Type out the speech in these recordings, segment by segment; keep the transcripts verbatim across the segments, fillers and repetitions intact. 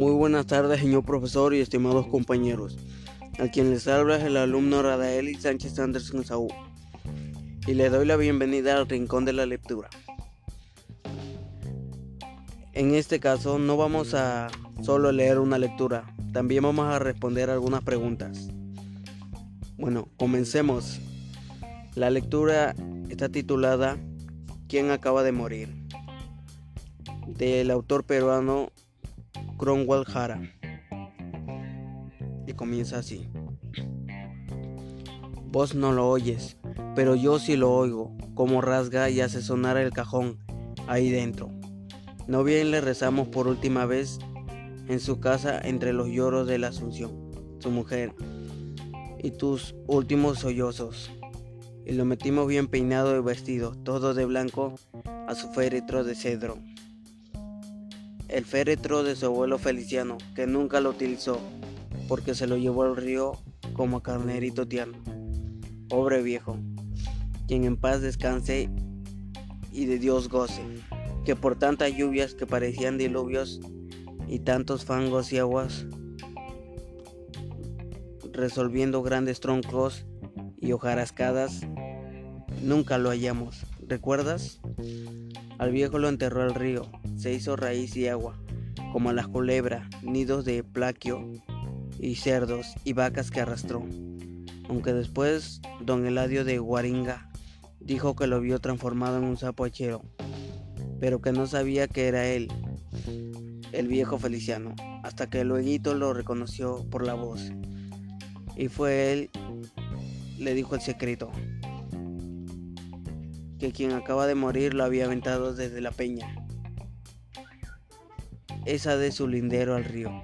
Muy buenas tardes, señor profesor y estimados compañeros. A quien les habla es el alumno Radaeli Sánchez Anderson Saúl y le doy la bienvenida al Rincón de la Lectura. En este caso no vamos a solo leer una lectura, también vamos a responder algunas preguntas. Bueno, comencemos. La lectura está titulada ¿Quién acaba de morir?, del autor peruano Cromwell Jara, y comienza así. Vos no lo oyes, pero yo sí lo oigo, como rasga y hace sonar el cajón ahí dentro. No bien le rezamos por última vez en su casa entre los lloros de la Asunción, su mujer, y tus últimos sollozos, y lo metimos bien peinado y vestido, todo de blanco, a su féretro de cedro. El féretro de su abuelo Feliciano, que nunca lo utilizó, porque se lo llevó al río como a carnerito tierno. Pobre viejo, quien en paz descanse y de Dios goce, que por tantas lluvias que parecían diluvios y tantos fangos y aguas, resolviendo grandes troncos y hojarascadas, nunca lo hallamos. ¿Recuerdas? Al viejo lo enterró el río, se hizo raíz y agua, como a las culebras, nidos de plaquio y cerdos y vacas que arrastró. Aunque después don Eladio de Guaringa dijo que lo vio transformado en un sapo hachero, pero que no sabía que era él, el viejo Feliciano, hasta que luego lo reconoció por la voz. Y fue él, le dijo el secreto, que quien acaba de morir lo había aventado desde la peña, esa de su lindero al río,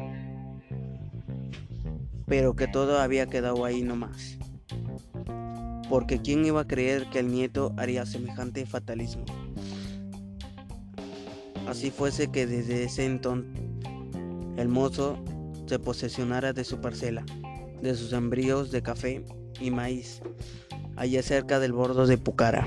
pero que todo había quedado ahí nomás, porque quién iba a creer que el nieto haría semejante fatalismo. Así fuese que desde ese entonces el mozo se posesionara de su parcela, de sus sembríos de café y maíz, allá cerca del bordo de Pucara,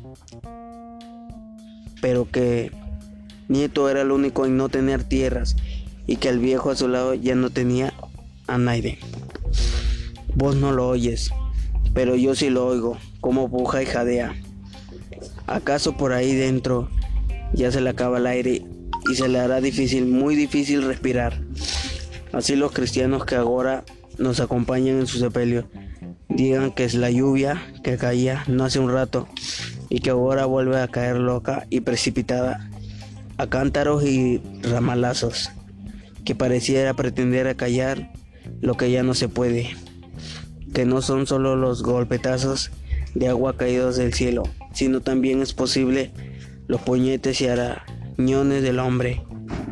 pero que nieto era el único en no tener tierras y que el viejo a su lado ya no tenía a nadie. Vos no lo oyes, pero yo sí lo oigo, como puja y jadea. ¿Acaso por ahí dentro ya se le acaba el aire y se le hará difícil, muy difícil respirar? Así los cristianos que ahora nos acompañan en su sepelio digan que es la lluvia que caía no hace un rato y que ahora vuelve a caer loca y precipitada a cántaros y ramalazos, que pareciera pretender acallar lo que ya no se puede, que no son solo los golpetazos de agua caídos del cielo, sino también es posible los puñetes y arañones del hombre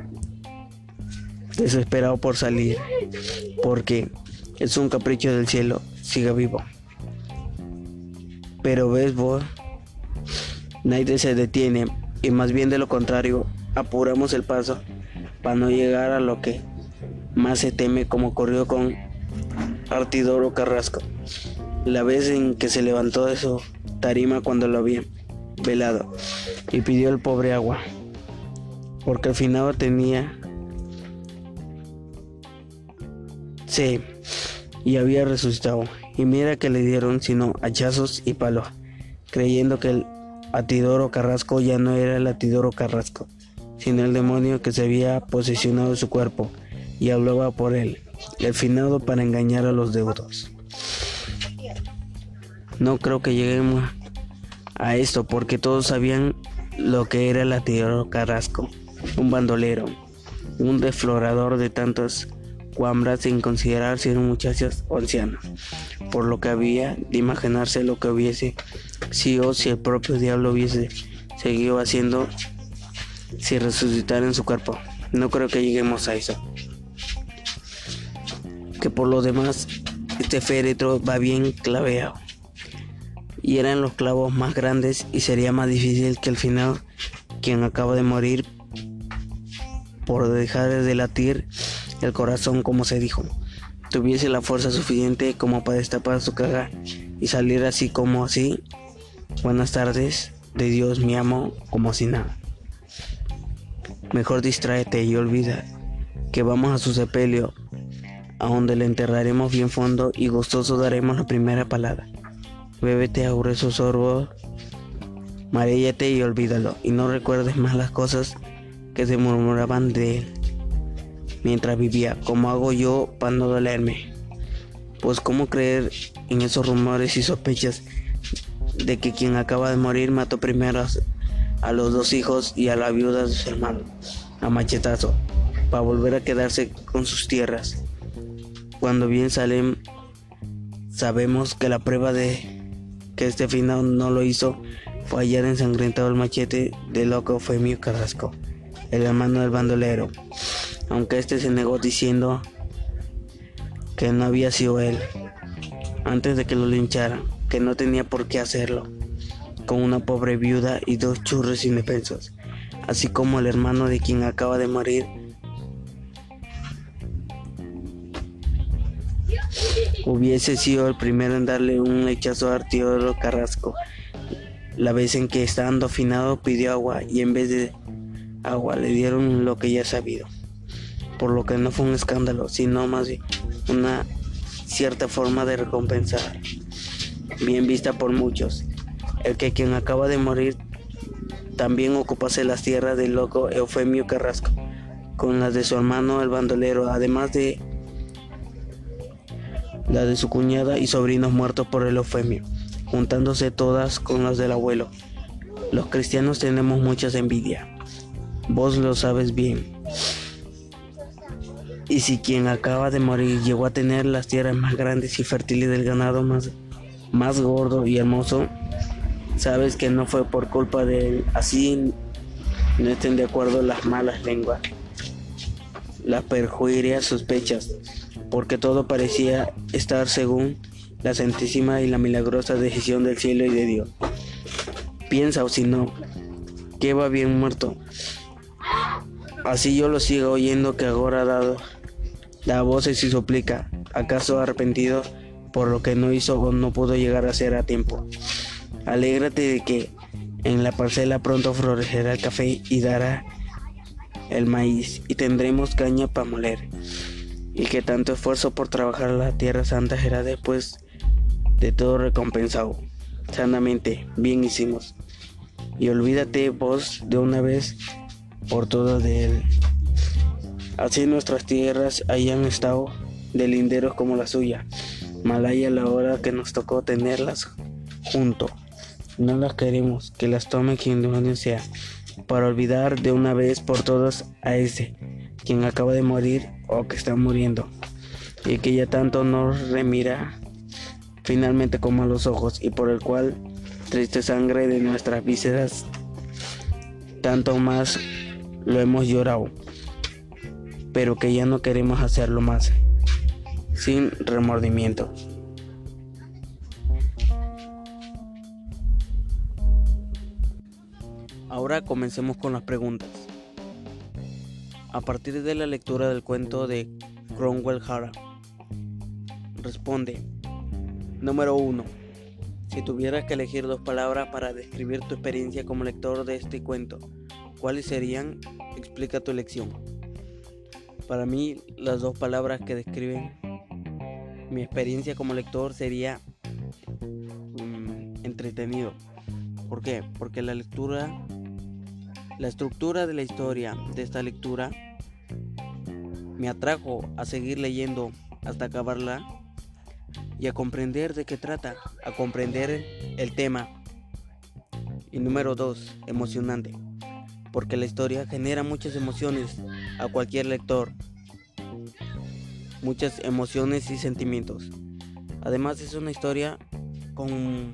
desesperado por salir, porque es un capricho del cielo, siga vivo. Pero ves vos, nadie se detiene y más bien de lo contrario, apuramos el paso para no llegar a lo que más se teme, como ocurrió con Artidoro Carrasco, la vez en que se levantó de su tarima cuando lo habían velado y pidió el pobre agua, porque al final tenía sed y había resucitado, y mira que le dieron sino hachazos y palos, creyendo que el Artidoro Carrasco ya no era el Artidoro Carrasco, sino el demonio que se había posesionado de su cuerpo y hablaba por él, el finado para engañar a los deudos. No creo que lleguemos a esto, porque todos sabían lo que era el Artidoro Carrasco, un bandolero, un deflorador de tantas cuambras sin considerar si eran muchachos o ancianos, por lo que había de imaginarse lo que hubiese sido si el propio diablo hubiese seguido haciendo si resucitara en su cuerpo. No creo que lleguemos a eso. Que por lo demás este féretro va bien claveado y eran los clavos más grandes y sería más difícil que al final quien acaba de morir por dejar de latir el corazón, como se dijo, tuviese la fuerza suficiente como para destapar su caja y salir así como así. Buenas tardes, de Dios mi amo, como si nada. Mejor distráete y olvida que vamos a su sepelio, a donde le enterraremos bien fondo y gustoso daremos la primera palada. Bébete a gruesos sorbos, maréllate y olvídalo, y no recuerdes más las cosas que se murmuraban de él mientras vivía, como hago yo para no dolerme. Pues cómo creer en esos rumores y sospechas de que quien acaba de morir mató primero a, a los dos hijos y a la viuda de su hermano a machetazo para volver a quedarse con sus tierras, cuando bien salen sabemos que la prueba de que este final no lo hizo fue hallar ensangrentado el machete del loco Eufemio Carrasco, el hermano del bandolero, aunque este se negó diciendo que no había sido él, antes de que lo lincharan, que no tenía por qué hacerlo, con una pobre viuda y dos churros indefensos, así como el hermano de quien acaba de morir. Hubiese sido el primero en darle un hechazo a Arturo Carrasco, la vez en que, estando afinado, pidió agua y en vez de agua le dieron lo que ya sabido, por lo que no fue un escándalo, sino más bien una cierta forma de recompensar, bien vista por muchos, el que quien acaba de morir también ocupase las tierras del loco Eufemio Carrasco, con las de su hermano el bandolero, además de la de su cuñada y sobrinos muertos por el Eufemio, juntándose todas con las del abuelo. Los cristianos tenemos muchas envidia, vos lo sabes bien. Y si quien acaba de morir llegó a tener las tierras más grandes y fértiles del ganado más, más gordo y hermoso, sabes que no fue por culpa de él. Así no estén de acuerdo las malas lenguas, las perjurias sospechas, porque todo parecía estar según la santísima y la milagrosa decisión del cielo y de Dios. Piensa, o si no, que va bien muerto. Así yo lo sigo oyendo que ahora ha dado da voces y suplica, acaso arrepentido por lo que no hizo o no pudo llegar a hacer a tiempo. Alégrate de que en la parcela pronto florecerá el café y dará el maíz y tendremos caña para moler, y que tanto esfuerzo por trabajar la tierra santa será después de todo recompensado. Sanamente, bien hicimos, y olvídate vos de una vez por todas de él. Así nuestras tierras hayan estado de linderos como la suya, malaya la hora que nos tocó tenerlas junto. No las queremos, que las tome quien demonio sea, para olvidar de una vez por todas a ese, quien acaba de morir o que está muriendo, y que ya tanto nos remira finalmente como a los ojos, y por el cual triste sangre de nuestras vísceras tanto más lo hemos llorado, pero que ya no queremos hacerlo más, sin remordimiento. Ahora comencemos con las preguntas. A partir de la lectura del cuento de Cromwell Hara, responde. Número uno. Si tuvieras que elegir dos palabras para describir tu experiencia como lector de este cuento, ¿cuáles serían? Explica tu elección. Para mí, las dos palabras que describen mi experiencia como lector sería um, entretenido. ¿Por qué? Porque la lectura, la estructura de la historia de esta lectura me atrajo a seguir leyendo hasta acabarla y a comprender de qué trata, a comprender el tema. Y número dos, emocionante, porque la historia genera muchas emociones a cualquier lector, muchas emociones y sentimientos. Además es una historia con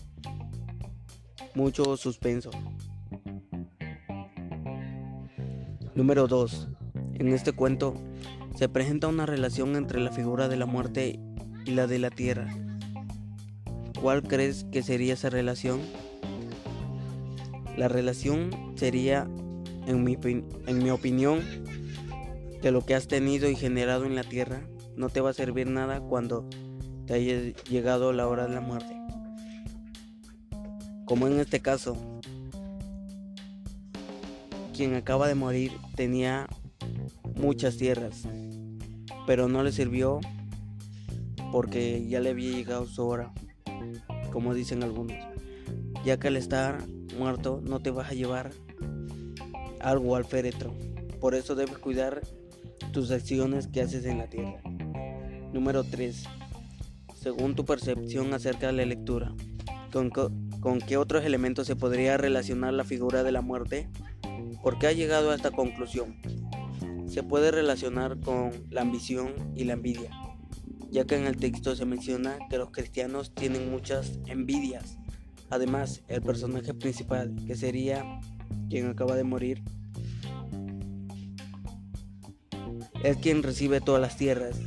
mucho suspenso. Número dos. En este cuento se presenta una relación entre la figura de la muerte y la de la tierra. ¿Cuál crees que sería esa relación? La relación sería, en mi, en mi opinión, que lo que has tenido y generado en la tierra no te va a servir nada cuando te haya llegado la hora de la muerte. Como en este caso, quien acaba de morir tenía muchas tierras, pero no le sirvió porque ya le había llegado su hora, como dicen algunos, ya que al estar muerto no te vas a llevar algo al féretro. Por eso debes cuidar tus acciones que haces en la tierra. Número tres. Según tu percepción acerca de la lectura, ¿con, con qué otros elementos se podría relacionar la figura de la muerte? ¿Por qué has llegado a esta conclusión? Se puede relacionar con la ambición y la envidia, ya que en el texto se menciona que los cristianos tienen muchas envidias. Además, el personaje principal, que sería quien acaba de morir, es quien recibe todas las tierras.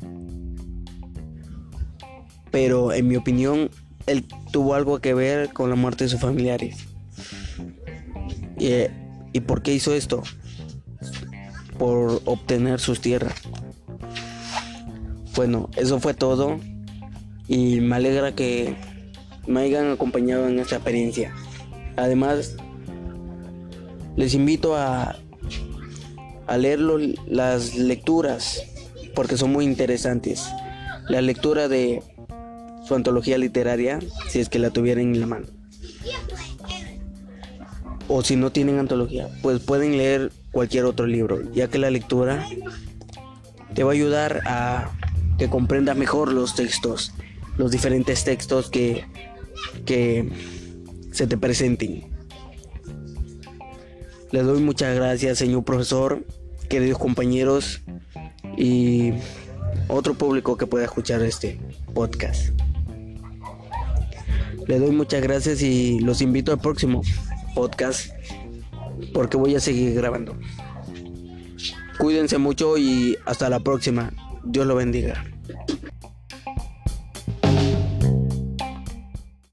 Pero en mi opinión, él tuvo algo que ver con la muerte de sus familiares. ¿Y, ¿y por qué hizo esto? Por obtener sus tierras. Bueno, eso fue todo. Y me alegra que me hayan acompañado en esta experiencia. Además, les invito a, a leer lo, las lecturas, porque son muy interesantes. La lectura de su antología literaria, si es que la tuvieran en la mano. O si no tienen antología, pues pueden leer cualquier otro libro, ya que la lectura te va a ayudar a que comprendas mejor los textos, los diferentes textos que, que se te presenten. Les doy muchas gracias, señor profesor, queridos compañeros y otro público que pueda escuchar este podcast. Les doy muchas gracias y los invito al próximo podcast porque voy a seguir grabando. Cuídense mucho y hasta la próxima. Dios lo bendiga.